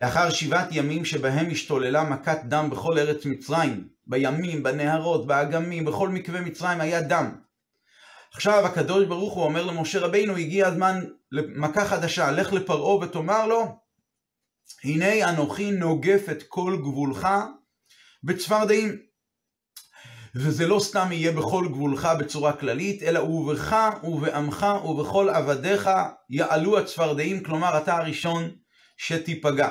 לאחר 7 ימים שבהם השתוללה מכת דם בכל ארץ מצרים, בימים, בנהרות, באגמים, בכל מקווה מצרים היה דם. עכשיו הקדוש ברוך הוא אומר למשה רבינו, הגיע הזמן למכה חדשה, לך לפרעה ותאמר לו, הנה אנוכי נוגף את כל גבולך בצפרדעים. וזה לא סתם יהיה בכל גבולך בצורה כללית, אלא ובך ובעמך ובכל עבדיך יעלו הצפרדעים, כלומר אתה הראשון שתיפגע.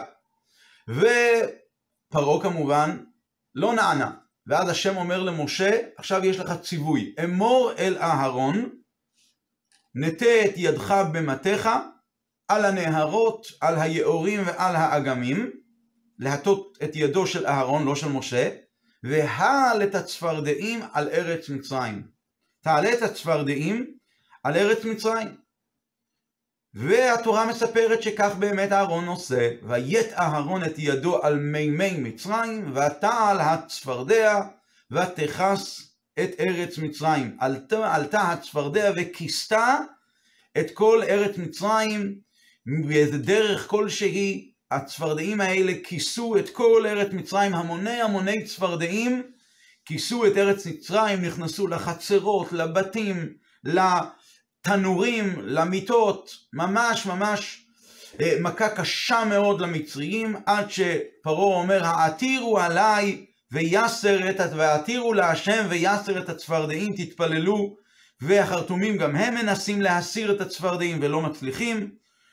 ופרעה כמובן לא נענה, ואז השם אומר למשה, עכשיו יש לך ציווי, אמור אל אהרון, נטה את ידך במתך, על הנהרות, על היעורים ועל האגמים, להטות את ידו של אהרון, לא של משה, והעל את הצפרדעים על ארץ מצרים. תעלה את הצפרדעים על ארץ מצרים. והתורה מספרת שכך באמת אהרון עושה, ויית אהרון את ידו על מימי מצרים, ותעל הצפרדע, ותכס את ארץ מצרים. עלתה הצפרדע וכיסתה את כל ארץ מצרים, באיזה דרך כלשהי, הצפרדעים האלה כיסו את כל ארץ מצרים, המוני צפרדעים כיסו את ארץ מצרים, נכנסו לחצרות, לבתים, לתנורים, למיטות, ממש מכה קשה מאוד למצרים, עד שפרעה אומר, העתירו עליי והעתירו להשם ויסר את הצפרדעים, תתפללו, והחרטומים גם הם מנסים להסיר את הצפרדעים ולא מצליחים,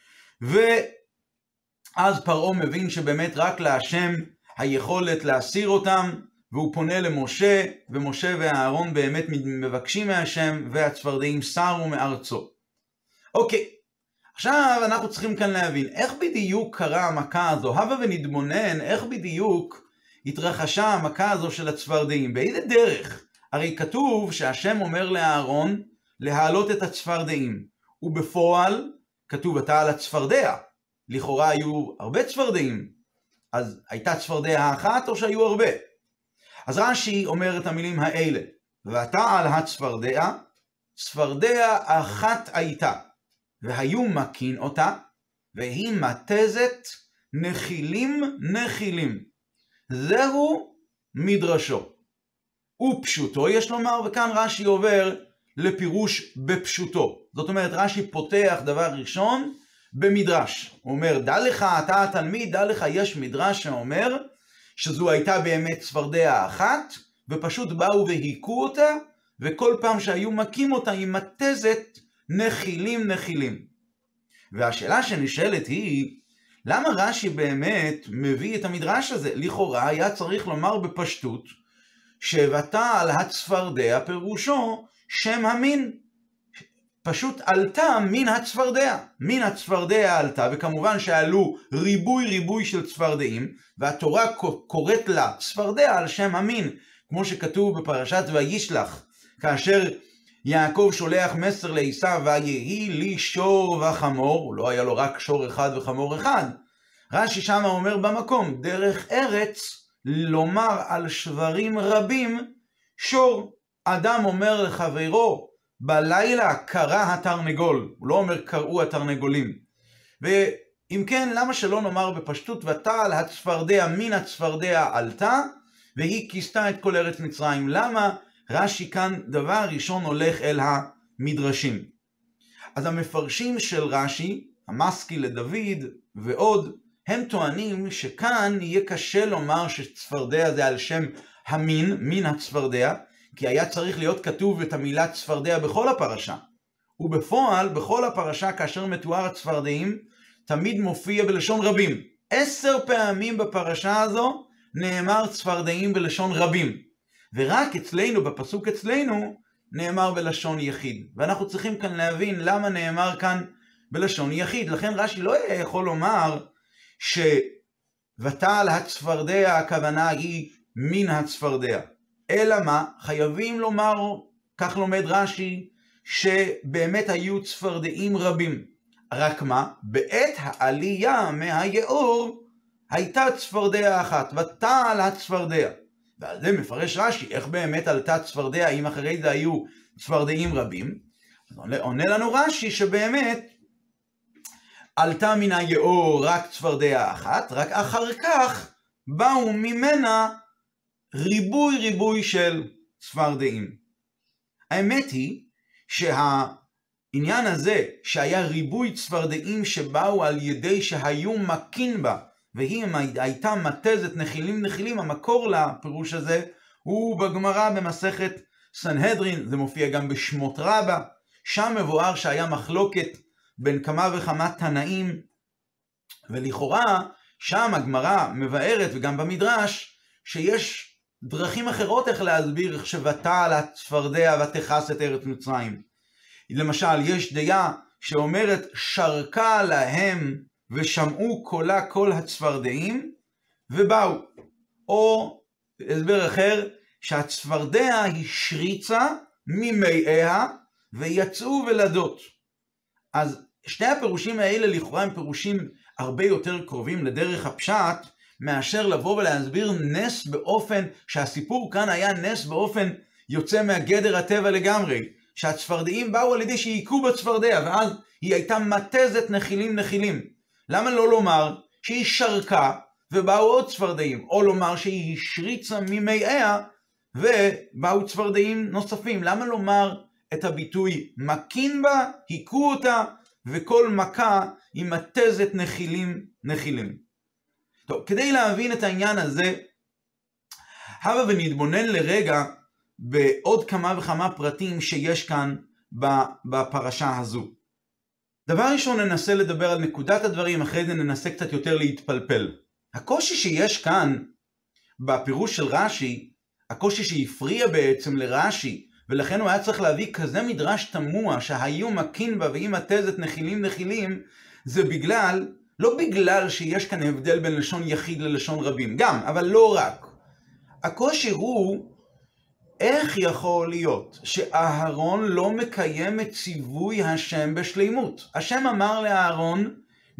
ואז פרעה מבין שבאמת רק להשם היכולת להסיר אותם, והוא פונה למשה, ומשה ואהרון באמת מבקשים מהשם, והצפרדעים סרו מארצו. אוקיי, עכשיו אנחנו צריכים כאן להבין, איך בדיוק קרה המכה הזו? הבה ונתבונן, איך בדיוק התרחשה המכה הזו של הצפרדעים? באיזה דרך? הרי כתוב שהשם אומר לאהרון להעלות את הצפרדעים, ובפועל כתוב אתה על הצפרדע. לכאורה היו הרבה צפרדעים, אז הייתה צפרדע אחת או שהיו הרבה? אז רש"י אומר את המילים האלה, ואתה על הצפרדע, צפרדע אחת הייתה, והיו מקין אותה, והיא מתזת נחילים. זהו מדרשו. ופשוטו יש לומר, וכאן רש"י עובר לפירוש בפשוטו. זאת אומרת, רש"י פותח דבר ראשון במדרש. הוא אומר, דע לך, אתה התלמיד, דע לך, יש מדרש שאומר שזו הייתה באמת צפרדע אחת, ופשוט באו והיקו אותה, וכל פעם שהיו מקים אותה היא מתזת נחילים. והשאלה שנשאלת היא, למה רש"י באמת מביא את המדרש הזה? לכאורה היה צריך לומר בפשטות, שוותעל הצפרדע פירושו שם המין. פשוט עלתה מן הצפרדע. מן הצפרדע עלתה, וכמובן שעלו ריבוי של צפרדעים, והתורה קוראת לה צפרדע על שם המין, כמו שכתוב בפרשת וישלח, כאשר יעקב שולח מסר לעשיו, ויהי לי שור וחמור, הוא לא היה לו רק שור אחד וחמור אחד, רש"י שם אומר במקום, דרך ארץ לומר על שברים רבים שור. אדם אומר לחברו, בלילה קרא התרנגול, הוא לא אומר קראו התרנגולים. ואם כן, למה שלא נאמר בפשטות, ותעל הצפרדע מן הצפרדע עלתה, והיא כיסתה את כל ארץ מצרים? למה רש"י כאן דבר ראשון הולך אל המדרשים? אז המפרשים של רש"י, המשכיל לדוד ועוד, הם טוענים שכאן יהיה קשה לומר שצפרדע זה על שם המין, מין הצפרדע, כי היה צריך להיות כתוב את המילה צפרדע בכל הפרשה. ובפועל, בכל הפרשה, כאשר מתואר הצפרדעים, תמיד מופיע בלשון רבים. 10 פעמים בפרשה הזו נאמר צפרדעים בלשון רבים. ורק אצלנו, בפסוק אצלנו, נאמר בלשון יחיד. ואנחנו צריכים כאן להבין למה נאמר כאן בלשון יחיד. לכן רש"י לא יכול לומר שוותעל הצפרדע הכוונה היא מן הצפרדע. אלא מה? חייבים לומר, כך לומד רש"י, שבאמת היו צפרדעים רבים. רק מה? בעת העלייה מהיעור הייתה צפרדע אחת, ותעל הצפרדע. ועל זה מפרש רש"י, איך באמת עלתה צפרדע אם אחרי זה היו צפרדעים רבים? עונה לנו רש"י שבאמת עלתה מן היאור רק צפרדע אחת, רק אחר כך באו ממנה ריבוי של צפרדעים. האמת היא שהעניין הזה שהיה ריבוי צפרדעים שבאו על ידי שהיו מקין בה, והיא הייתה מתזת נחילים, המקור לפירוש הזה הוא בגמרא במסכת סנהדרין, זה מופיע גם בשמות רבה, שם מבואר שהיה מחלוקת בין כמה וכמה תנאים, ולכאורה שם הגמרא מבארת וגם במדרש שיש דרכים אחרות איך להסביר איך שבטל הצפרדע ותכס את ארץ מצרים. למשל, יש דעה שאומרת שרקה להם ושמעו קולה כל הצפרדעים ובאו. או הסבר אחר, שהצפרדע השריצה ממאיה ויצאו ולדות. אז שני הפירושים האלה לכאורה הם פירושים הרבה יותר קרובים לדרך הפשט, מאשר לבוא ולהסביר נס באופן, שהסיפור כאן היה נס באופן יוצא מהגדר הטבע לגמרי. שהצפרדעים באו על ידי שהיכו בצפרדע, ואז היא הייתה מתזת נחילים. למה לא לומר שהיא שרקה ובאו עוד צפרדעים, או לומר שהיא השריצה ממאיה ובאו צפרדעים נוספים? למה לומר את הביטוי מקין בה, היכו אותה, וכל מכה היא מתזת נחילים? טוב, כדי להבין את העניין הזה, הבה ונתבונן לרגע בעוד כמה וכמה פרטים שיש כאן בפרשה הזו. דבר ראשון, ננסה לדבר על נקודת הדברים, אחרי זה ננסה קצת יותר להתפלפל. הקושי שיש כאן בפירוש של רש"י, הקושי שהפריע בעצם לרש"י, ולכן הוא היה צריך להביא כזה מדרש תמוה שהיו מקין בה והיא מתזת נחילים, זה לא בגלל שיש כאן הבדל בין לשון יחיד ללשון רבים, גם, אבל לא רק. הקושי הוא, איך יכול להיות שאהרון לא מקיים את ציווי השם בשלימות? השם אמר לאהרון,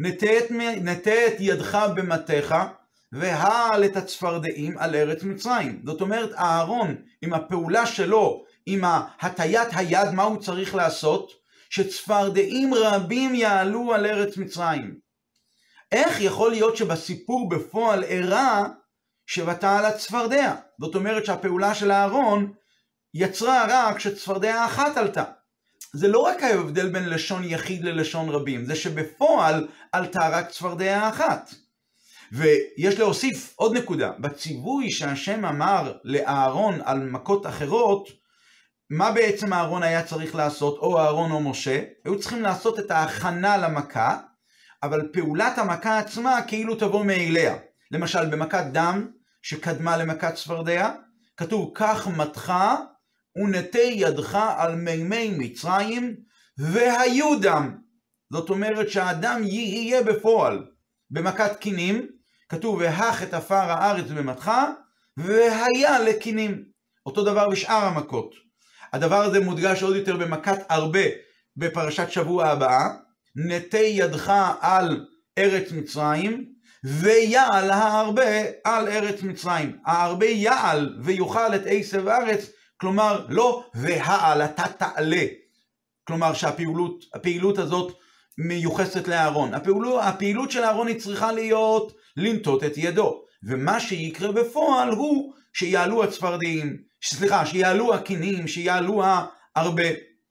נטה את ידך במטך, והעל את הצפרדעים על ארץ מצרים. זאת אומרת, אהרון עם הפעולה שלו, עם הטיית היד, מה הוא צריך לעשות? שצפרדעים רבים יעלו על ארץ מצרים. איך יכול להיות שבסיפור בפועל אירע שבטה על הצפרדע? זאת אומרת שהפעולה של אהרון יצרה רק שצפרדע אחת עלתה. זה לא רק ההבדל בין לשון יחיד ללשון רבים, זה שבפועל עלתה רק צפרדע אחת. ויש להוסיף עוד נקודה, בציווי שהשם אמר לאהרון על מכות אחרות, מה בעצם אהרון היה צריך לעשות, או אהרון או משה? היו צריכים לעשות את ההכנה למכה, אבל פעולת המכה עצמה כאילו תבוא מאליה. למשל במכת דם שקדמה למכת צפרדע, כתוב כך מתך ונטה ידך על מימי מצרים והיו דם. זאת אומרת שהאדם יהיה בפועל. במכת קינים כתוב והך את עפר הארץ במתך והיה לקינים. אותו דבר בשאר המכות. הדבר הזה מודגש עוד יותר במכת הרבה בפרשת שבוע הבאה. נטה ידך על ארץ מצרים ויעל הרבה על ארץ מצרים. הרבה יעל ויוכל את עשב הארץ, כלומר לא והעל אתה תעלה. כלומר שהפעילות הזאת מיוחסת לאהרון. הפעילות של אהרון היא צריכה להיות לנטות את ידו. ומה שיקרה בפועל הוא שיעלו הצפרדעים, שיעלו הקינים, שיעלו הרבה.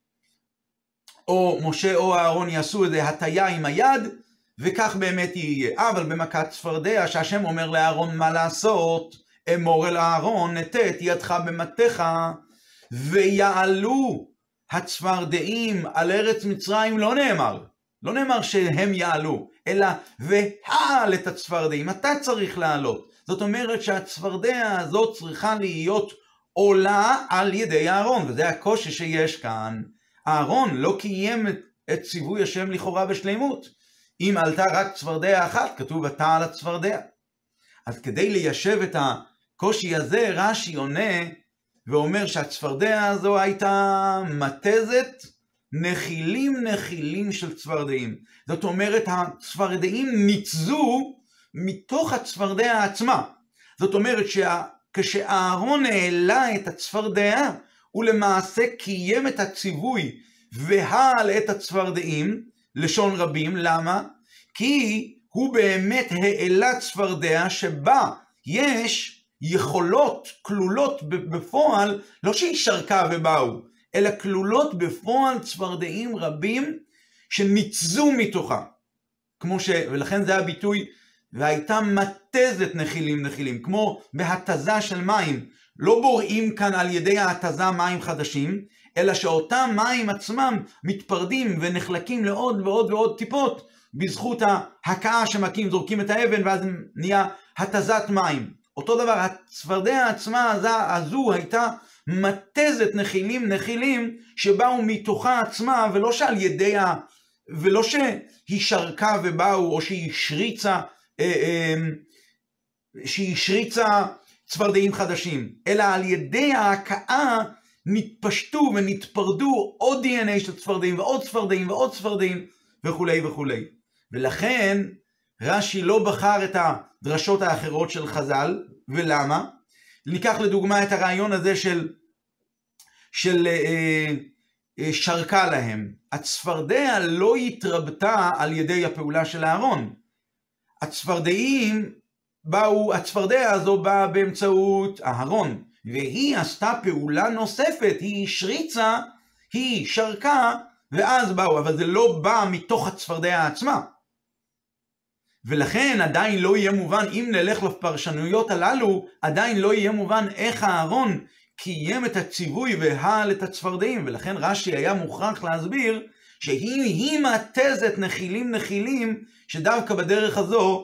או משה או אהרון יעשו איזה הטיה עם היד, וכך באמת יהיה. אבל במכת צפרדע שהשם אומר לאהרון מה לעשות, אמור אל אהרון נטה את ידך במטך, ויעלו הצפרדעים על ארץ מצרים. לא נאמר שהם יעלו, אלא והעל את הצפרדעים, אתה צריך לעלות. זאת אומרת שהצפרדע הזאת צריכה להיות עולה על ידי אהרון, וזה הקושי שיש כאן. אהרון לא קיים את ציווי השם לכאורה בשלימות. אם עלתה רק צפרדע אחת, כתוב אתה על הצפרדע. אז כדי ליישב את הקושי הזה, רש"י עונה ואומר שהצפרדע הזו הייתה מתזת נחילים של צפרדעים. זאת אומרת, הצפרדעים ניצזו מתוך הצפרדע עצמה. זאת אומרת כשאהרון העלה את הצפרדע, הוא למעשה קיים את הציווי והעל את הצפרדעים, לשון רבים. למה? כי הוא באמת העלה צפרדע שבה יש יכולות כלולות בפועל, לא שהיא שרקה ובאו, אלא כלולות בפועל צפרדעים רבים שניצזו מתוכה. ולכן זה הביטוי, והייתה מתזת נחילים נחילים, כמו בהתזה של מים. לא בוראים כאן על ידי ההתזה מים חדשים, אלא שאותם מים עצמם מתפרדים ונחלקים לעוד ועוד ועוד טיפות, בזכות ההקעה שמקים, זורקים את האבן ואז נהיה התזת מים. אותו דבר, הצפרדע עצמה הזו הייתה מתזת נחילים נחילים שבאו מתוכה עצמה, ולא שהיא שרקה ובאו, או שהיא שריצה צפרדעים חדשים, אלא על ידי ההקעה נתפשטו ונתפרדו עוד DNA של צפרדעים ועוד צפרדעים ועוד צפרדעים וכו' וכו'. ולכן רש"י לא בחר את הדרשות האחרות של חז"ל. ולמה? ניקח לדוגמה את הרעיון הזה של שרקה להם. הצפרדע לא התרבתה על ידי הפעולה של הארון. הצפרדע הזו באה באמצעות הארון, והיא עשתה פעולה נוספת, היא שריצה, היא שרקה, ואז באו, אבל זה לא בא מתוך הצפרדע עצמה. ולכן עדיין לא יהיה מובן, אם נלך לפרשנויות הללו, עדיין לא יהיה מובן איך הארון קיים את הציווי והעל את הצפרדעים. ולכן רש"י היה מוכרח להסביר שהיא מתזת נחילים נחילים, שדווקא בדרך הזו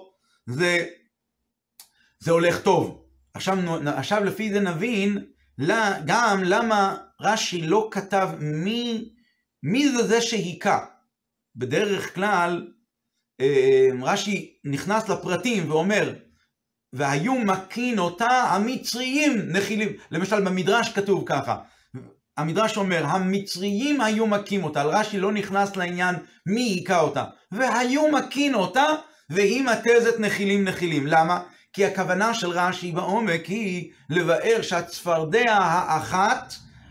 זה הולך טוב. עכשיו לפי זה נבין גם למה רש"י לא כתב מי זה שהיכה. בדרך כלל רש"י נכנס לפרטים ואומר, והיו מקין אותה המצריים נחילים. למשל במדרש כתוב ככה, המדרש אומר, המצריים היו מקים אותה. על רש"י לא נכנס לעניין מי היכה אותה. והיו מקין אותה, והיא מתזת נחילים נחילים. למה? כי הכוונה של רש"י בעומק היא לבאר שהצפרדע האחת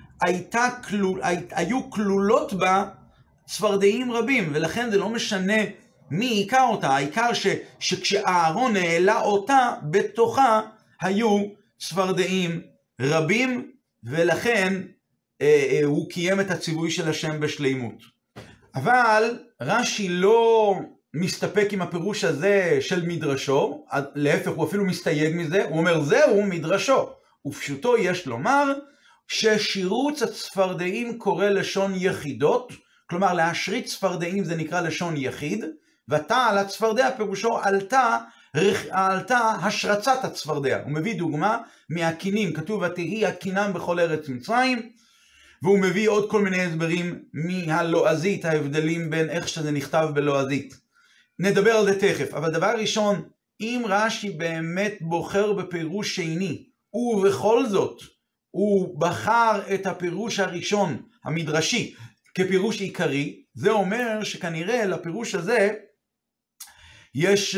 היו כלולות בה צפרדעים רבים, ולכן זה לא משנה מי היכה אותה. העיקר שכשהארון העלה אותה, בתוכה היו צפרדעים רבים, ולכן הוא קיים את הציווי של השם בשלימות. אבל רש"י לא מסתפק עם הפירוש הזה של מדרשו, להפך הוא אפילו מסתייג מזה, הוא אומר זהו מדרשו, ופשוטו יש לומר ששירוץ הצפרדעים קורא לשון יחידות, כלומר להשריץ צפרדעים זה נקרא לשון יחיד, ותעל הצפרדע פירושו עלתה השרצת הצפרדע. הוא מביא דוגמה מהקינים, כתוב ותהי הקינם בכל ארץ מצרים, והוא מביא עוד כל מיני הסברים מהלועזית, ההבדלים בין איך שזה נכתב בלועזית. נדבר על זה תכף, אבל דבר ראשון, אם רש"י באמת בוחר בפירוש שני, ובכל זאת הוא בחר את הפירוש הראשון, המדרשי, כפירוש עיקרי, זה אומר שכנראה לפירוש הזה יש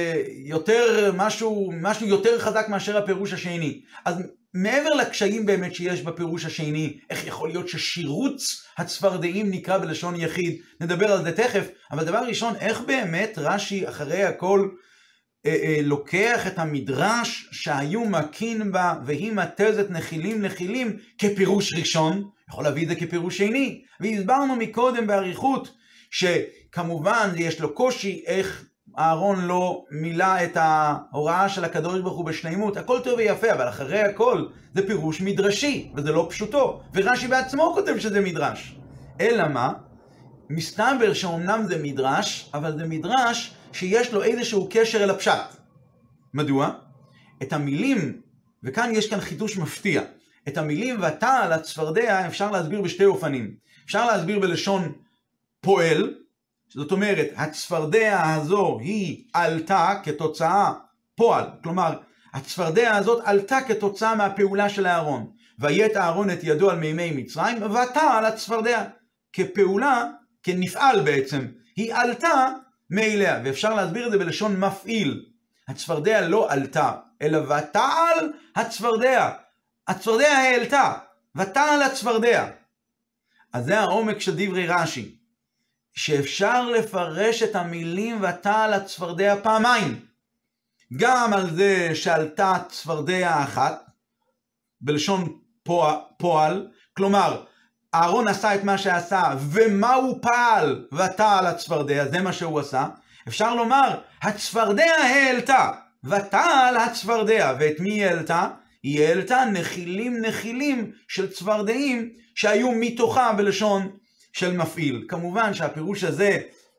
משהו יותר חזק מאשר הפירוש השני. אז מעבר לקשיים באמת שיש בפירוש השני, איך יכול להיות ששירוץ הצפרדעים נקרא בלשון יחיד, נדבר על זה תכף, אבל דבר ראשון, איך באמת רש"י אחרי הכל לוקח את המדרש שהיו מקין בה והיא מתזת נחילים נחילים כפירוש ראשון, יכול להביא את זה כפירוש שני. והסברנו מקודם באריכות שכמובן יש לו קושי איך אהרון לא מילא את ההוראה של הקדוש ברוך הוא בשלימות. הכל טוב ויפה, אבל אחרי הכל זה פירוש מדרשי, וזה לא פשוטו. ורש"י בעצמו כותב שזה מדרש. אלא מה? מסתבר שאומנם זה מדרש, אבל זה מדרש שיש לו איזשהו קשר אל הפשט. מדוע? את המילים, וכאן יש כאן חידוש מפתיע, את המילים ותעל הצפרדע אפשר להסביר בשתי אופנים. אפשר להסביר בלשון פועל, זאת אומרת, הצפרדע הזו היא עלתה כתוצאה פועל, כלומר, הצפרדע הזאת עלתה כתוצאה מהפעולה של הארון. ויית הארון את ידו על מימי מצרים, ותעל הצפרדע כפעולה, כנפעל בעצם, היא עלתה מאליה. ואפשר להסביר את זה בלשון מפעיל. הצפרדע לא עלתה, אלא ותעל הצפרדע. הצפרדע העלתה, ותעל הצפרדע. אז זה העומק של דברי רש"י. שאפשר לפרש את המילים ועתה על הצפרדע פעמיים. גם על זה שעלתה צפרדע אחת, בלשון פועל, כלומר, אהרון עשה את מה שעשה, ומה הוא פעל ועתה על הצפרדע, זה מה שהוא עשה. אפשר לומר, הצפרדע העלתה, ועתה על הצפרדע, ואת מי היא העלתה? היא העלתה נחילים של צפרדעים שהיו מתוכה בלשון של מפעיל. כמובן שהפירוש הזה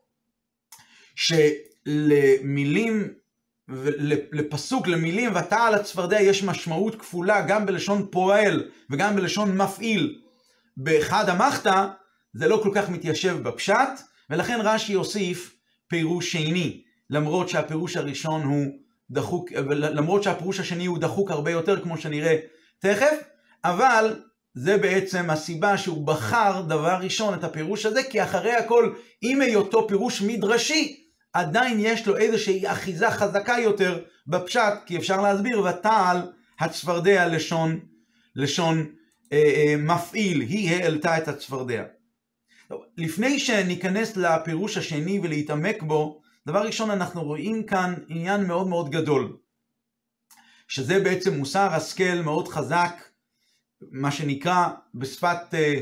שלמילים, לפסוק למילים ועתה על הצפרדע יש משמעות כפולה גם בלשון פועל וגם בלשון מפעיל באחד המחתה, זה לא כל כך מתיישב בפשט, ולכן רש"י יוסיף פירוש שני, למרות שהפירוש הראשון הוא דחוק, למרות שהפירוש השני הוא דחוק הרבה יותר, כמו שנראה תכף, אבל זה בעצם הסיבה שהוא בחר דבר ראשון את הפירוש הזה, כי אחרי הכל, אם היותו פירוש מדרשי, עדיין יש לו איזושהי אחיזה חזקה יותר בפשט, כי אפשר להסביר, ותעל הצפרדע לשון מפעיל, היא העלתה את הצפרדע. לפני שניכנס לפירוש השני ולהתעמק בו, דבר ראשון אנחנו רואים כאן עניין מאוד מאוד גדול, שזה בעצם מוסר השכל מאוד חזק, מה שנקרא בשפת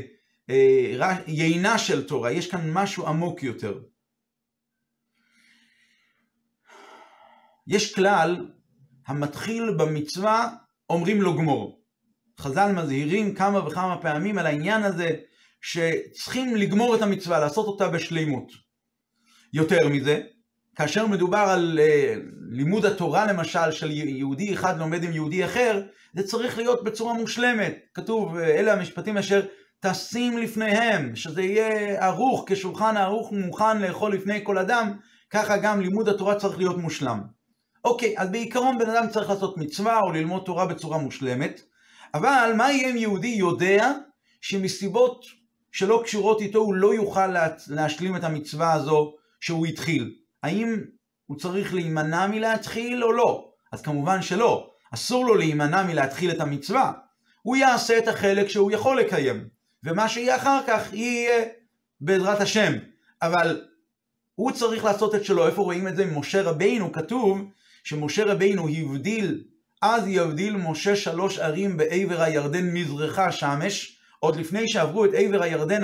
יינה של תורה, יש כאן משהו עמוק יותר. יש כלל, המתחיל במצווה אומרים לו גמור. חז"ל מזהירים כמה וכמה פעמים על העניין הזה, שצריכים לגמור את המצווה, לעשות אותה בשלימות. יותר מזה, כאשר מדובר על לימוד התורה למשל, של יהודי אחד לומד עם יהודי אחר, זה צריך להיות בצורה מושלמת. כתוב, אלה המשפטים אשר תשים לפניהם, שזה יהיה ערוך, כשולחן ערוך מוכן לאכול לפני כל אדם, ככה גם לימוד התורה צריך להיות מושלם. אוקיי, אז בעיקרון בן אדם צריך לעשות מצווה או ללמוד תורה בצורה מושלמת, אבל מה יהיה אם יהודי יודע שמסיבות שלא קשורות איתו הוא לא יוכל להשלים את המצווה הזו שהוא התחיל? האם הוא צריך להימנע מלהתחיל או לא? אז כמובן שלא, אסור לו להימנע מלהתחיל את המצווה. הוא יעשה את החלק שהוא יכול לקיים, ומה שיהיה אחר כך יהיה בעזרת השם. אבל הוא צריך לעשות את שלו. איפה רואים את זה? משה רבינו כתוב שמשה רבינו הבדיל, אז יבדיל משה 3 ערים בעבר הירדן מזרחה שמש, עוד לפני שעברו את עבר הירדן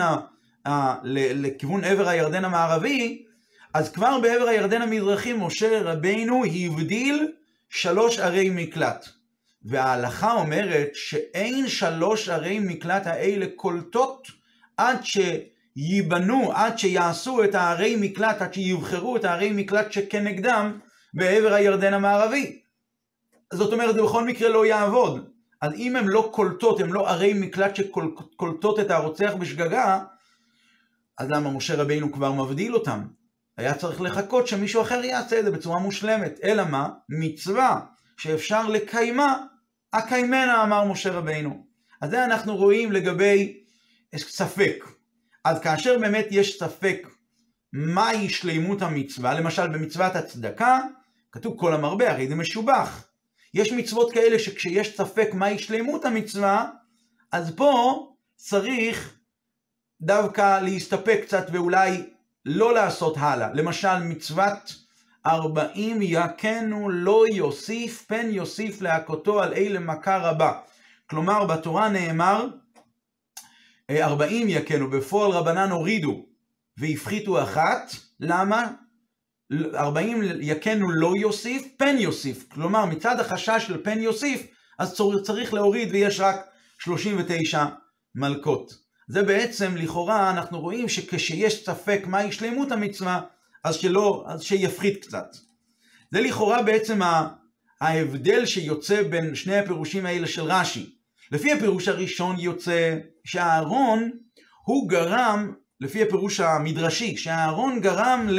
לכיוון עבר הירדן המערבי, אז כבר בעבר הירדן המזרחי משה רבינו הבדיל 3 ערי מקלט. וההלכה אומרת שאין 3 ערי מקלט האלה קולטות עד שיבנו, עד שיעשו את הערי מקלט, עד שיבחרו את הערי מקלט שכנגדם בעבר הירדן המערבי. זאת אומרת, זה בכל מקרה לא יעבוד. אז אם הם לא קולטות, הם לא ערי מקלט שקולטות את הרוצח בשגגה, אז למה משה רבינו כבר מבדיל אותם? היה צריך לחכות שמישהו אחר יעשה את זה בצורה מושלמת. אלא מה? מצווה שאפשר לקיימה, הקיימנה, אמר משה רבינו. אז זה אנחנו רואים לגבי ספק. אז כאשר באמת יש ספק מהי שלמות המצווה, למשל במצוות הצדקה, כתוב כל המרבה, הרי זה משובח. יש מצוות כאלה שכשיש ספק מהי שלמות המצווה, אז פה צריך דווקא להסתפק קצת ואולי לא לעשות הלאה. למשל מצוות 40 יכנו לא יוסיף, פן יוסיף להכותו על אלה מכה רבה. כלומר בתורה נאמר 40 יכנו, בפועל רבנן הורידו והפחיתו אחת. למה? 40 יכנו לא יוסיף, פן יוסיף. כלומר מצד החשש של פן יוסיף, אז צריך להוריד ויש רק 39 מלכות. זה בעצם לכאורה אנחנו רואים שכשיש ספק מהי שלמות המצווה, אז שיפחית קצת. זה לכאורה בעצם ההבדל שיוצא בין שני הפירושים האלה של רש"י. לפי הפירוש הראשון יוצא שהאהרון הוא גרם, לפי הפירוש המדרשי, שהאהרון גרם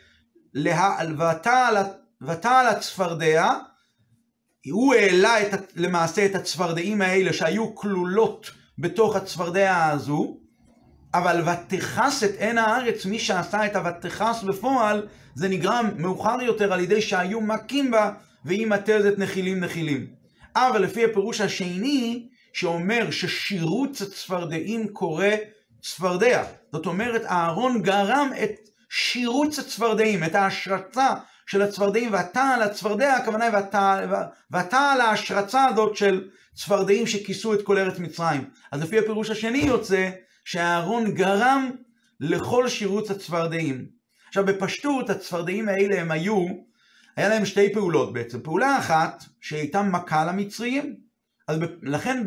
ותעל הצפרדע, הוא העלה למעשה את הצפרדעים האלה שהיו כלולות בתוך הצפרדע הזו, אבל ותכס את עין הארץ, מי שעשה את הוותכס בפועל, זה נגרם מאוחר יותר על ידי שהיו מכים בה, והיא מתזת נחילים. אבל לפי הפירוש השני, שאומר ששירוץ הצפרדעים קורה צפרדע. זאת אומרת, אהרון גרם את שירוץ הצפרדעים, את ההשרצה של הצפרדעים, ועתה על הצפרדע, הכוונה היא ועתה על ההשרצה הזאת של צפרדעים שכיסו את כל ארץ מצרים. אז לפי הפירוש השני יוצא שאהרון גרם לכל שירוץ הצפרדעים. עכשיו בפשטות הצפרדעים האלה הם היה להם שתי פעולות בעצם. פעולה אחת שהייתה מכה למצרים, אז לכן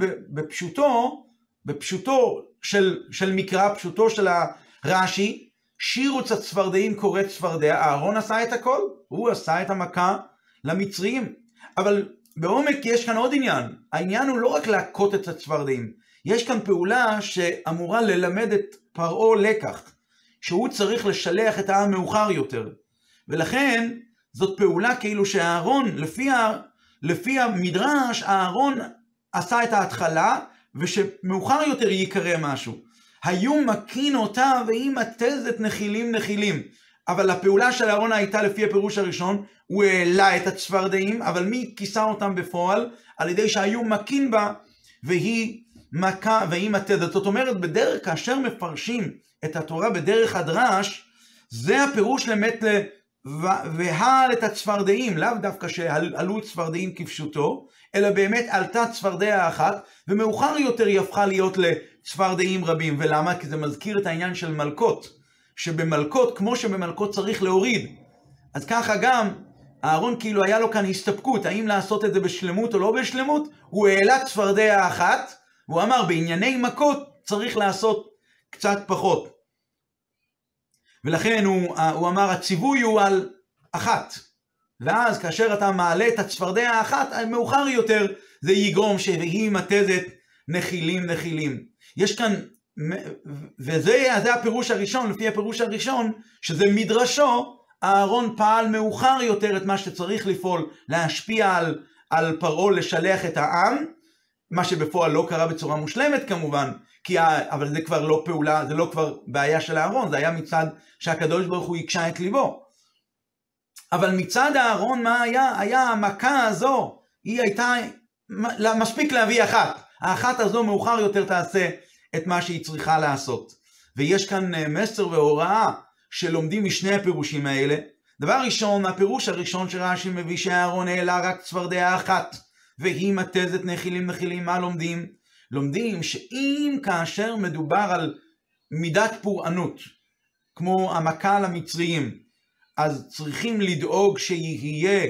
בפשוטו של מקרא, פשוטו של הרש"י, שירוץ הצפרדעים קורא צפרדע, אהרון עשה את הכל, הוא עשה את המכה למצרים. אבל בעומק יש כאן עוד עניין, העניין הוא לא רק להכות את הצפרדעים, יש כאן פעולה שאמורה ללמד את פרעה לקח, שהוא צריך לשלח את העם מאוחר יותר, ולכן זאת פעולה כאילו שאהרון, לפי המדרש, אהרון עשה את ההתחלה, ושמאוחר יותר יקרה משהו. היו מקין אותה והיא מתזת נחילים. אבל הפעולה של אהרון הייתה לפי הפירוש הראשון, הוא העלה את הצפרדעים, אבל מי כיסה אותם בפועל? על ידי שהיו מקין בה והיא מכה והיא מתזת. זאת אומרת, בדרך כאשר מפרשים את התורה בדרך הדרש, זה הפירוש למת והעל את הצפרדעים, לאו דווקא שעלו צפרדעים כפשוטו, אלא באמת עלתה צפרדע אחת, ומאוחר יותר היא הפכה להיות לצפרדעים רבים. ולמה? כי זה מזכיר את העניין של מלכות, שבמלכות, כמו שבמלכות צריך להוריד, אז ככה גם אהרון כאילו היה לו כאן הסתפקות, האם לעשות את זה בשלמות או לא בשלמות, הוא העלה צפרדע אחת, והוא אמר בענייני מכות צריך לעשות קצת פחות. ולכן הוא אמר הציווי הוא על אחת, ואז כאשר אתה מעלה את הצפרדע האחת, מאוחר יותר זה יגרום שהיא מתזת נחילים. יש כאן, וזה הפירוש הראשון, לפי הפירוש הראשון, שזה מדרשו, אהרון פעל מאוחר יותר את מה שצריך לפעול, להשפיע על פרעה, לשלח את העם, מה שבפועל לא קרה בצורה מושלמת כמובן, אבל זה כבר לא פעולה, זה לא כבר בעיה של אהרון, זה היה מצד שהקדוש ברוך הוא יקשה את ליבו. אבל מצד אהרון מה היה? היה המכה הזו, היא הייתה, מספיק להביא אחת. האחת הזו מאוחר יותר תעשה את מה שהיא צריכה לעשות. ויש כאן מסר והוראה שלומדים משני הפירושים האלה. דבר ראשון, הפירוש הראשון שרש"י מביא שאהרון העלה רק צפרדע אחת, והיא מתזת נחילים, מה לומדים? לומדים שאם כאשר מדובר על מידת פורענות, כמו המכה למצרים, אז צריכים לדאוג שיהיה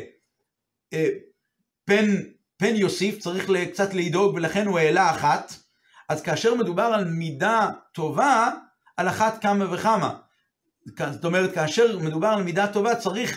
פן יוסיף, צריך קצת לדאוג, ולכן הוא העלה אחת. אז כאשר מדובר על מידה טובה, על אחת כמה וכמה. זאת אומרת, כאשר מדובר על מידה טובה,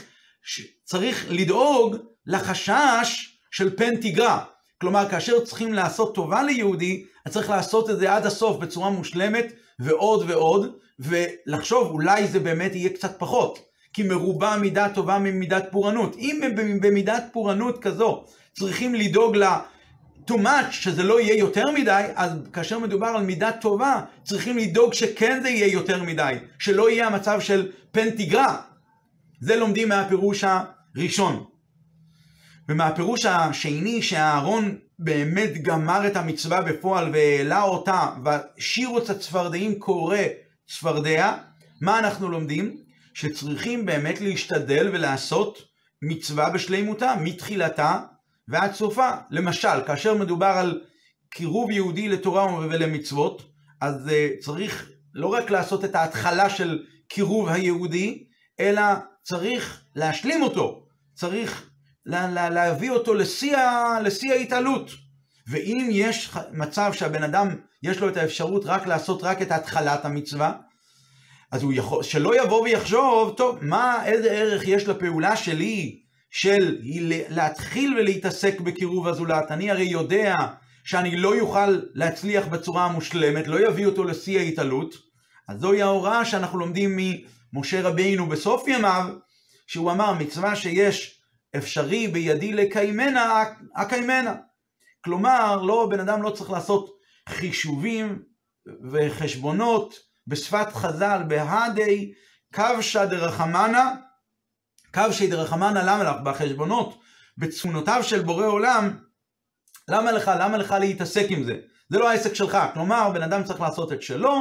צריך לדאוג לחשש של פן תיגרע. כלומר, כאשר צריכים לעשות טובה ליהודי, אז צריך לעשות את זה עד הסוף בצורה מושלמת, ועוד, ולחשוב אולי זה באמת יהיה קצת פחות. כי מרובה מידה טובה ממידת פורענות. אם במידת פורענות כזו צריכים לדאוג too much, שזה לא יהיה יותר מדי, אז כאשר מדובר על מידה טובה, צריכים לדאוג שכן זה יהיה יותר מדי, שלא יהיה המצב של פן תיגרע. זה לומדים מהפירוש הראשון. ומהפירוש השני, שהאהרון באמת גמר את המצווה בפועל והעלה אותה, ושירוץ הצפרדעים קורא צפרדע, מה אנחנו לומדים? שצריכים באמת להשתדל ולעשות מצווה בשלימותה, מתחילתה ועד סופה. למשל, כאשר מדובר על קירוב יהודי לתורה ולמצוות, אז צריך לא רק לעשות את ההתחלה של קירוב היהודי, אלא צריך להשלים אותו, צריך להביא אותו לשיא ההתעלות. ואם יש מצב שהבן אדם יש לו את האפשרות לעשות רק את התחלת המצווה, אז הוא שלא יבוא ויחשוב, טוב, איזה ערך יש לפעולה שלי, של להתחיל ולהתעסק בקירוב הזולת. אני הרי יודע שאני לא יוכל להצליח בצורה המושלמת, לא יביא אותו לשיא ההתעלות. אז זוהי ההוראה שאנחנו לומדים ממשה רבינו בסוף ימיו, שהוא אמר, מצווה שיש אפשרי בידי לקיימנה, אקיימנה. כלומר, בן אדם לא צריך לעשות חישובים וחשבונות, בשפת חז"ל, בהדי כבשא דרחמנה, כבשא דרחמנה, למה לך? בחשבונות, בצפונותיו של בורא עולם, למה לך להתעסק עם זה? זה לא העסק שלך. כלומר, בן אדם צריך לעשות את שלו,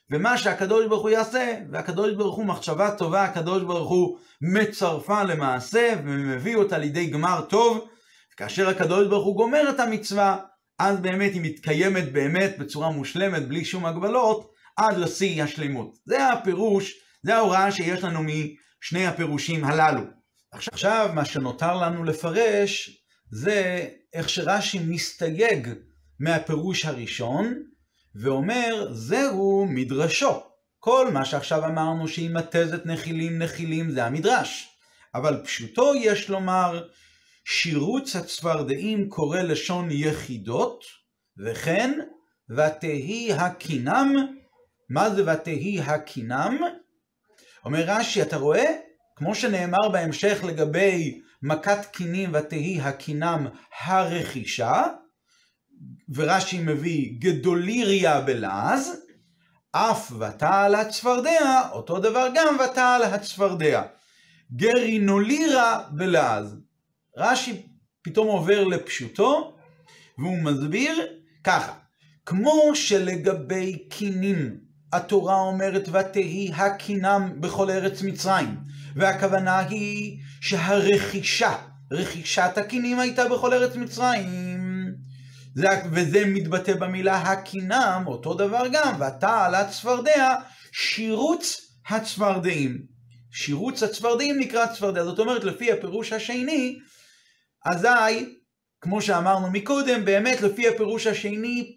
ומה שהקדוש ברוך הוא יעשה, והקדוש ברוך הוא מחשבה טובה, הקדוש ברוך הוא מצרפה למעשה ומביא אותה לידי גמר טוב, כאשר הקדוש ברוך הוא גומר את המצווה, אז באמת היא מתקיימת באמת בצורה מושלמת, בלי שום הגבלות, עד לשיא השלמות. זה הפירוש, זה ההוראה שיש לנו משני הפירושים הללו. עכשיו מה שנותר לנו לפרש, זה איך שרש"י מסתייג מהפירוש הראשון, ואומר, זהו מדרשו. כל מה שעכשיו אמרנו שהיא מתזת נחילים, זה המדרש. אבל פשוטו יש לומר, שירוץ הצפרדעים קורא לשון יחידות, וכן, ותהי הקינם. מה זה ותהי הקינם? אומר רש"י, אתה רואה? כמו שנאמר בהמשך לגבי מכת קינים ותהי הקינם הרכישה, ורש"י מביא גדוליריה בלעז, אף ותעל הצפרדע, אותו דבר גם ותעל הצפרדע. גרינולירה בלעז. רש"י פתאום עובר לפשוטו, והוא מסביר ככה, כמו שלגבי קינים, התורה אומרת ותהי הקינם בכל ארץ מצרים, והכוונה היא רכישת הקינים הייתה בכל ארץ מצרים, וזה מתבטא במילה הקינם, אותו דבר גם, ותעל הצפרדע, שירוץ הצפרדעים. שירוץ הצפרדעים נקרא צפרדע, זאת אומרת לפי הפירוש השני, אזי, כמו שאמרנו מקודם, באמת לפי הפירוש השני,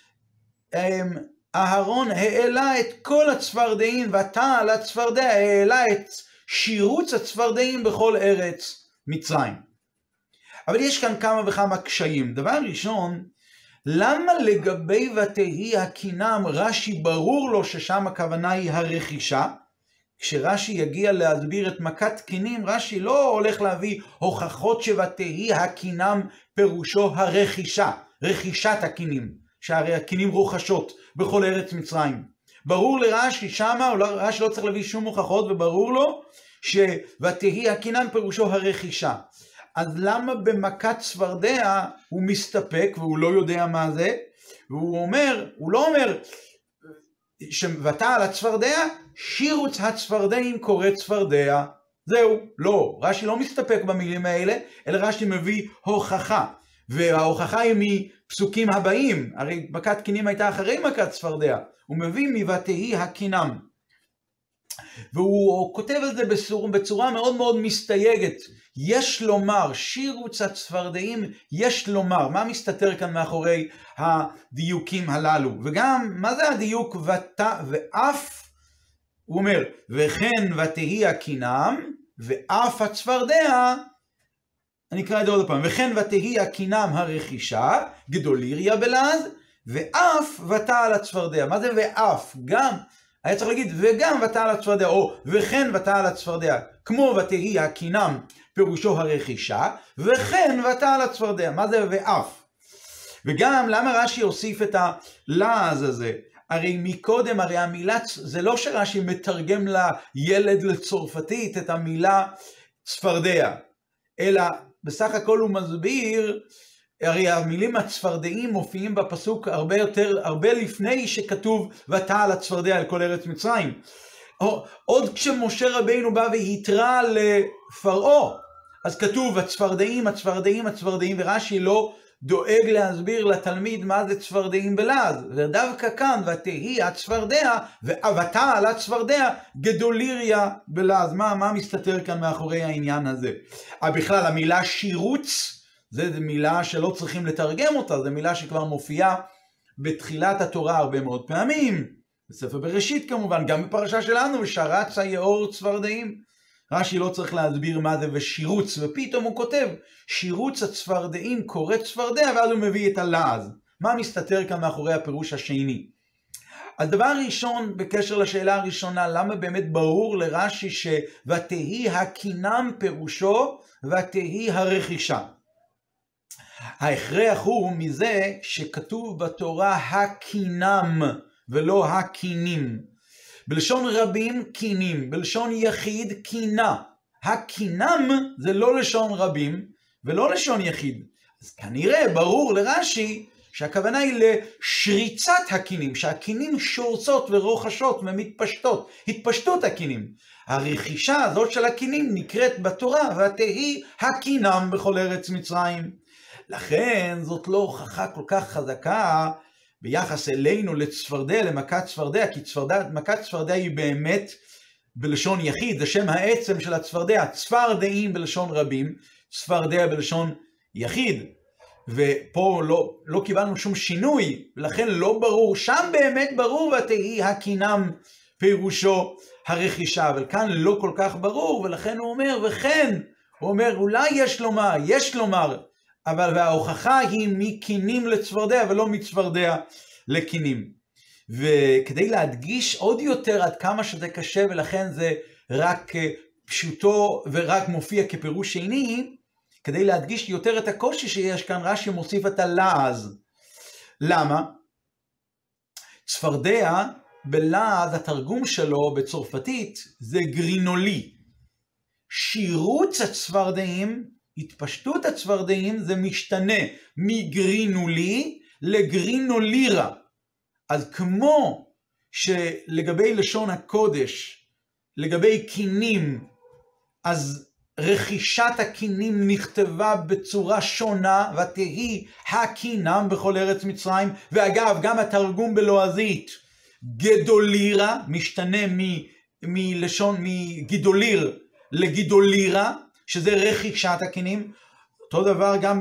אהרון העלה את כל הצפרדעים, ותעל הצפרדע העלה את שירוץ הצפרדעים בכל ארץ מצרים. אבל יש כאן כמה וכמה קשיים. דבר ראשון, למה לגבי ותהי הקינם רש"י ברור לו ששם הכוונה היא הרכישה? כשרש"י יגיע להסביר את מכת קינים, רש"י לא הולך להביא הוכחות שוותהי הקינם פירושו הרכישה, רכישת הקינים, שהרי הקינים רוכשות בכל ארץ מצרים. ברור לרש"י שמה, רש"י לא צריך להביא שום הוכחות, וברור לו שוותהי הקינם פירושו הרכישה. אז למה במכת צפרדע הוא מסתפק והוא לא יודע מה זה? והוא אומר, הוא לא אומר ותעל הצפרדע, שירוץ הצפרדעים קורא צפרדע. זהו, לא, רש"י לא מסתפק במילים האלה, אלא רש"י מביא הוכחה. וההוכחה היא מפסוקים הבאים, הרי מכת קינים הייתה אחרי מכת צפרדע. הוא מביא מבתהי הקינם. והוא כותב את זה בצורה מאוד מאוד מסתייגת. יש לומר, שירוץ הצפרדעים, יש לומר. מה מסתתר כאן מאחורי הדיוקים הללו? וגם, מה זה הדיוק ואף? הוא אומר, וכן ותהי הקינם, ואף הצפרדע, אני אקרא את זה עוד פעם, וכן ותהי הקינם הרכישה, גדוליריה בלעז, ואף ותעל הצפרדע. מה זה ואף? גם, היה צריך להגיד, וגם ותעל הצפרדע, או וכן ותעל הצפרדע, כמו ותהי הקינם, פירושו הרכישה, וכן ותעל הצפרדע. מה זה ואף? וגם, למה רש"י הוסיף את הלעז הזה? הרי מקודם, הרי המילה, זה לא שרש"י מתרגם לילד לצרפתית את המילה צפרדע, אלא בסך הכל הוא מסביר, הרי המילים הצפרדעים מופיעים בפסוק הרבה לפני שכתוב ותעל הצפרדע על כל ארץ מצרים. עוד כשמשה רבינו בא והתרא לפרעה, אז כתוב הצפרדעים, הצפרדעים, הצפרדעים, ורש"י לא דואג להסביר לתלמיד מה זה צפרדעים בלעז. ודווקא כאן, ותהי הצפרדע, ותעל הצפרדע, גדוליריה בלעז. מה מסתתר כאן מאחורי העניין הזה? בכלל, המילה שירוץ, זו מילה שלא צריכים לתרגם אותה, זו מילה שכבר מופיעה בתחילת התורה הרבה מאוד פעמים. בספר בראשית כמובן, גם בפרשה שלנו, ושרץ היאור צפרדעים. רש"י לא צריך להסביר מה זה ושירוץ, ופתאום הוא כותב, שירוץ הצפרדעים קורא צפרדע, ואז הוא מביא את הלעז. מה מסתתר כאן מאחורי הפירוש השני? אז דבר ראשון, בקשר לשאלה הראשונה, למה באמת ברור לרש"י שוותהי הקינם פירושו, ותהי הרכישה? ההכרח הוא מזה שכתוב בתורה הקינם, ולא הקינים. בלשון רבים קינים, בלשון יחיד קינה. הקינם זה לא לשון רבים ולא לשון יחיד. אז כנראה ברור לרש"י שהכוונה היא לשריצת הקינים, שהקינים שורצות ורוחשות ומתפשטות, התפשטות הקינים. הרכישה הזאת של הקינים נקראת בתורה, ותהי הקינם בכל ארץ מצרים. לכן זאת לא הוכחה כל כך חזקה ביחס אלינו לצפרדע, למכת צפרדע, כי מכת צפרדע היא באמת בלשון יחיד, זה שם העצם של הצפרדע, צפרדעים בלשון רבים, צפרדע בלשון יחיד. ופה לא קיבלנו שום שינוי, ולכן לא ברור, שם באמת ברור ותהי הקינם פירושו הרכישה, אבל כאן לא כל כך ברור, ולכן הוא אומר, וכן, הוא אומר, אולי יש לומר, אבל ההוכחה היא מקינים לצפרדע ולא מצפרדע לקינים. וכדי להדגיש עוד יותר עד כמה שזה קשה, ולכן זה רק פשוטו ורק מופיע כפירוש שני, כדי להדגיש יותר את הקושי שיש כאן, רש"י מוסיף את הלעז. למה? צפרדע, בלעז התרגום שלו בצרפתית זה גרינולי. שירוץ הצפרדעים, התפשטות הצפרדעים, זה משתנה מגרינולי לגרינולירה. אז כמו שלגבי לשון הקודש, לגבי קינים, אז רכישת הקינים נכתבה בצורה שונה, ותהי הקינם בכל ארץ מצרים. ואגב, גם התרגום בלועזית, גדולירה, משתנה מלשון מגידוליר לגידולירה, שזה רכישת הקינים. אותו דבר גם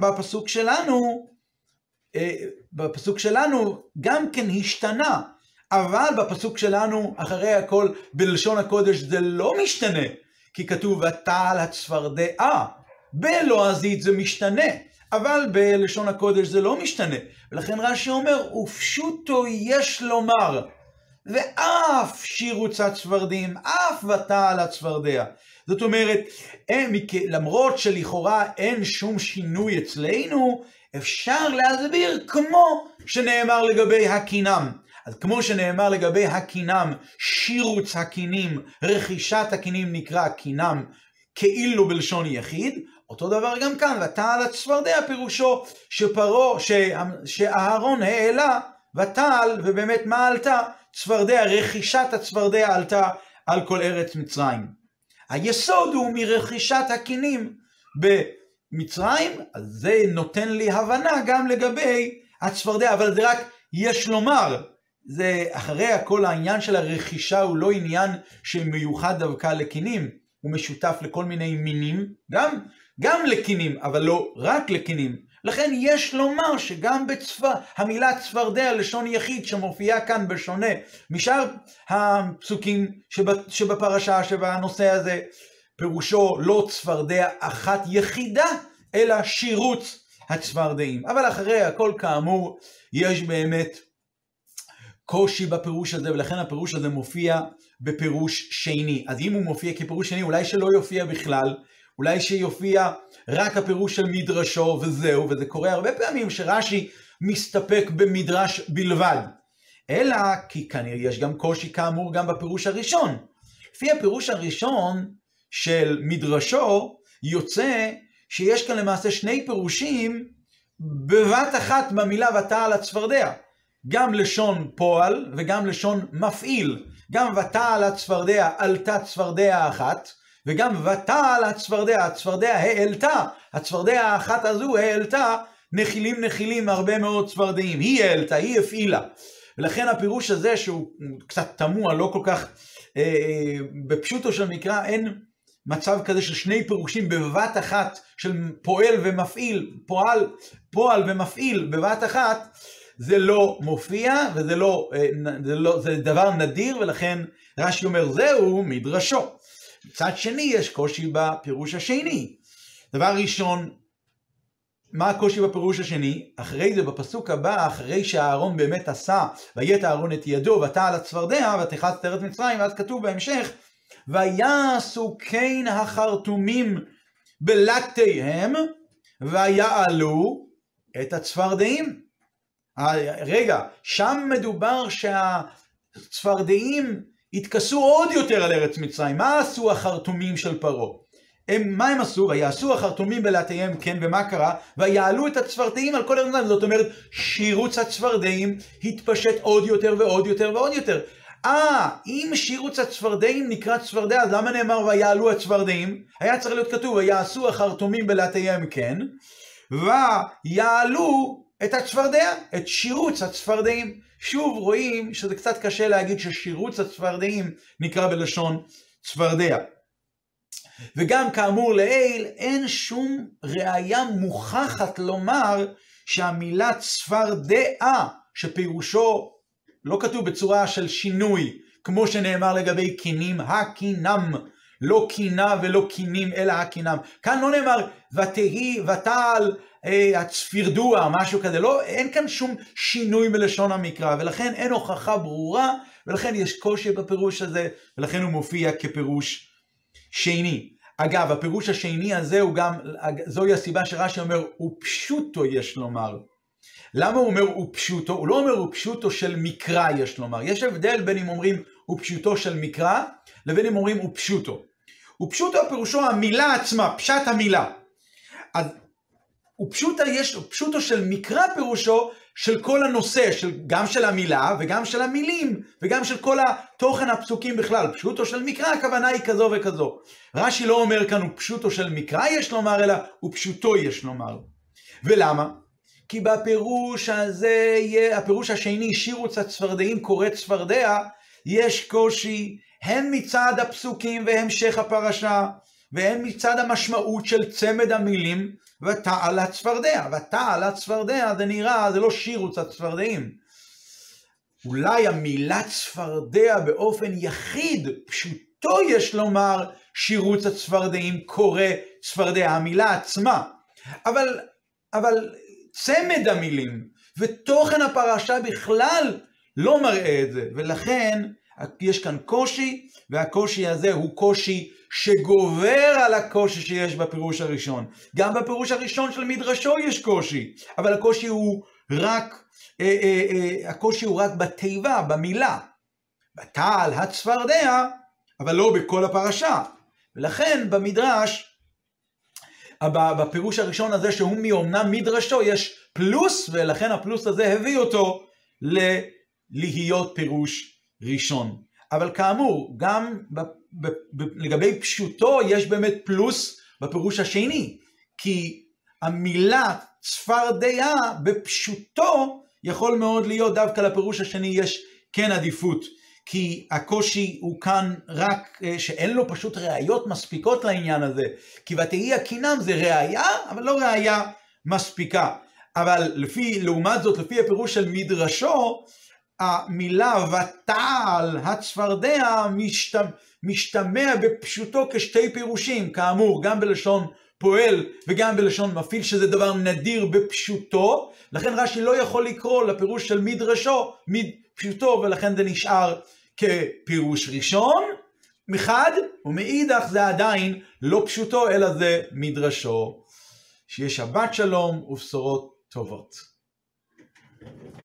בפסוק שלנו גם כן השתנה, אבל בפסוק שלנו אחרי הכל בלשון הקודש זה לא משתנה, כי כתוב ותעל הצפרדע, בלועזית זה משתנה, אבל בלשון הקודש זה לא משתנה. ולכן רש"י אומר, ופשוטו יש לומר, ואף שירוץ הצפרדעים, אף ותעל הצפרדע. זאת אומרת, למרות שלכאורה אין שום שינוי אצלנו, אפשר להסביר כמו שנאמר לגבי הקינם. אז כמו שנאמר לגבי הקינם, שירוץ הקינים, רכישת הקינים נקרא קינם, כאילו בלשון יחיד, אותו דבר גם כאן, ותעל הצפרדע פירושו שאהרון העלה ותעל, ובאמת מה עלתה? צפרדע, רכישת הצפרדע עלתה על כל ארץ מצרים. היסוד הוא מרכישת הקינים במצרים, אז זה נותן לי הבנה גם לגבי הצפרדע, אבל זה רק יש לומר, זה אחרי הכל העניין של הרכישה הוא לא עניין שמיוחד דווקא לקינים, הוא משותף לכל מיני מינים, גם לקינים, אבל לא רק לקינים. לכן יש לומר שגם המילה צפרדע לשון יחיד שמופיעה כאן בשונה משאר הפסוקים שבפרשה שבנושא הזה, פירושו לא צפרדע אחת יחידה, אלא שירוץ הצפרדעים. אבל אחרי הכל כאמור יש באמת קושי בפירוש הזה, ולכן הפירוש הזה מופיע בפירוש שני. אז אם הוא מופיע כפירוש שני, אולי שלא יופיע בכלל, אולי שיופיע רק הפירוש של מדרשו וזהו, וזה קורה הרבה פעמים שרש"י מסתפק במדרש בלבד. אלא כי כנראה יש גם קושי כאמור גם בפירוש הראשון. לפי הפירוש הראשון של מדרשו יוצא שיש כאן למעשה שני פירושים בבת אחת במילה ותעל הצפרדע. גם לשון פועל וגם לשון מפעיל. גם ותעל הצפרדע עלתה צפרדע אחת, וגם ותעל הצפרדע, הצפרדע העלתה, הצפרדע האחת הזו העלתה נחילים הרבה מאוד צפרדעים. היא העלתה, היא הפעילה. ולכן הפירוש הזה שהוא קצת תמוה, לא כל כך בפשוטו של מקרא, אין מצב כזה של שני פירושים בבת אחת של פועל ומפעיל, פועל ומפעיל בבת אחת, זה לא מופיע זה דבר נדיר, ולכן רש"י אומר זהו מדרשו. מצד שני יש קושי בפירוש השני. דבר ראשון, מה הקושי בפירוש השני? אחרי זה בפסוק הבא, אחרי שהארון באמת עשה, ויית הארון את ידו ותעל הצפרדע ותחץ את ארץ מצרים, ואז כתוב בהמשך, ויעשו כן החרטומים בלטותיהם ויעלו את הצפרדעים. רגע, שם מדובר שהצפרדעים התכסו עוד יותר על ארץ מצרים. מה עשו החרטומים של פרעה? מה הם עשו? ויעשו החרטומים בלעתיהם, כן, ומה קרה? ויעלו את הצפרדעים על כל ארצם. זאת אומרת, שירוץ הצפרדעים התפשט עוד יותר ועוד יותר ועוד יותר. אם שירוץ הצפרדעים נקרא צפרדע, אז למה נאמר ויעלו הצפרדעים? היה צריך להיות כתוב, ויעשו החרטומים בלעתיהם, כן, ויעלו את הצפרדע, את שירוץ הצפרדעים. שוב רואים שזה קצת קשה להגיד ששירוץ הצפרדעים נקרא בלשון צפרדע. וגם כאמור לעיל, אין שום ראיה מוכחת לומר שהמילה צפרדע, שפירושו לא כתוב בצורה של שינוי, כמו שנאמר לגבי קינים, הקינם, לא קינה ולא קינים אלא הקינם. כאן לא נאמר ותהי ותעל הצפירדוע, משהו כזה, לא, אין כאן שום שינוי בלשון המקרא, ולכן אין הוכחה ברורה, ולכן יש קושי בפירוש הזה, ולכן הוא מופיע כפירוש שני. אגב, הפירוש השני הזה הוא גם, זוהי הסיבה שרש"י אומר, ופשוטו יש לומר. למה הוא אומר ופשוטו? הוא לא אומר ופשוטו של מקרא יש לומר. יש הבדל בין אם אומרים ופשוטו של מקרא, לבין אם אומרים ופשוטו. ופשוטו פירושו המילה עצמה, פשט המילה. אז ופשוטו של מקרא פירושו של כל הנושא, גם של המילה וגם של המילים, וגם של כל התוכן הפסוקים בכלל. פשוטו של מקרא, הכוונה היא כזו וכזו. רש"י לא אומר כאן ופשוטו של מקרא יש לומר, אלא ופשוטו יש לומר. ולמה? כי בפירוש הזה, הפירוש השני, שירוץ הצפרדעים קורא צפרדע, יש קושי, הם מצד הפסוקים והמשך הפרשה, והם מצד המשמעות של צמד המילים, ותעל הצפרדע. ותעל הצפרדע, זה נראה, זה לא שירוץ הצפרדעים. אולי המילה צפרדע באופן יחיד, פשוטו יש לומר, שירוץ הצפרדעים קורא צפרדע, המילה עצמה. אבל צמד המילים ותוכן הפרשה בכלל לא מראה את זה, ולכן יש כאן קושי, והקושי הזה הוא קושי שגובר על הקושי שיש בפירוש הראשון. גם בפירוש הראשון של מדרשו יש קושי, אבל הקושי הוא רק בתיבה, במילה. ותעל הצפרדע, אבל לא בכל הפרשה. ולכן במדרש, בפירוש הראשון הזה שהוא מאומנם מדרשו, יש פלוס, ולכן הפלוס הזה הביא אותו להיות פירוש ראשון. אבל כאמור, גם לגבי פשוטו יש באמת פלוס בפירוש השני, כי המילה צפרדע בפשוטו יכול מאוד להיות דווקא לפירוש השני יש כן עדיפות, כי הקושי הוא כאן רק שאין לו פשוט ראיות מספיקות לעניין הזה, כי ותהי הקינם זה ראיה, אבל לא ראיה מספיקה. אבל לעומת זאת, לפי הפירוש של מדרשו, המילה ותעל הצפרדע משתמע בפשוטו כשתי פירושים, כאמור, גם בלשון פועל וגם בלשון מפעיל, שזה דבר נדיר בפשוטו, לכן רש"י לא יכול לקרוא לפירוש של מדרשו פשוטו, ולכן זה נשאר כפירוש ראשון מחד, ומאידך זה עדיין לא פשוטו, אלא זה מדרשו. שיהיה שבת שלום ובשורות טובות.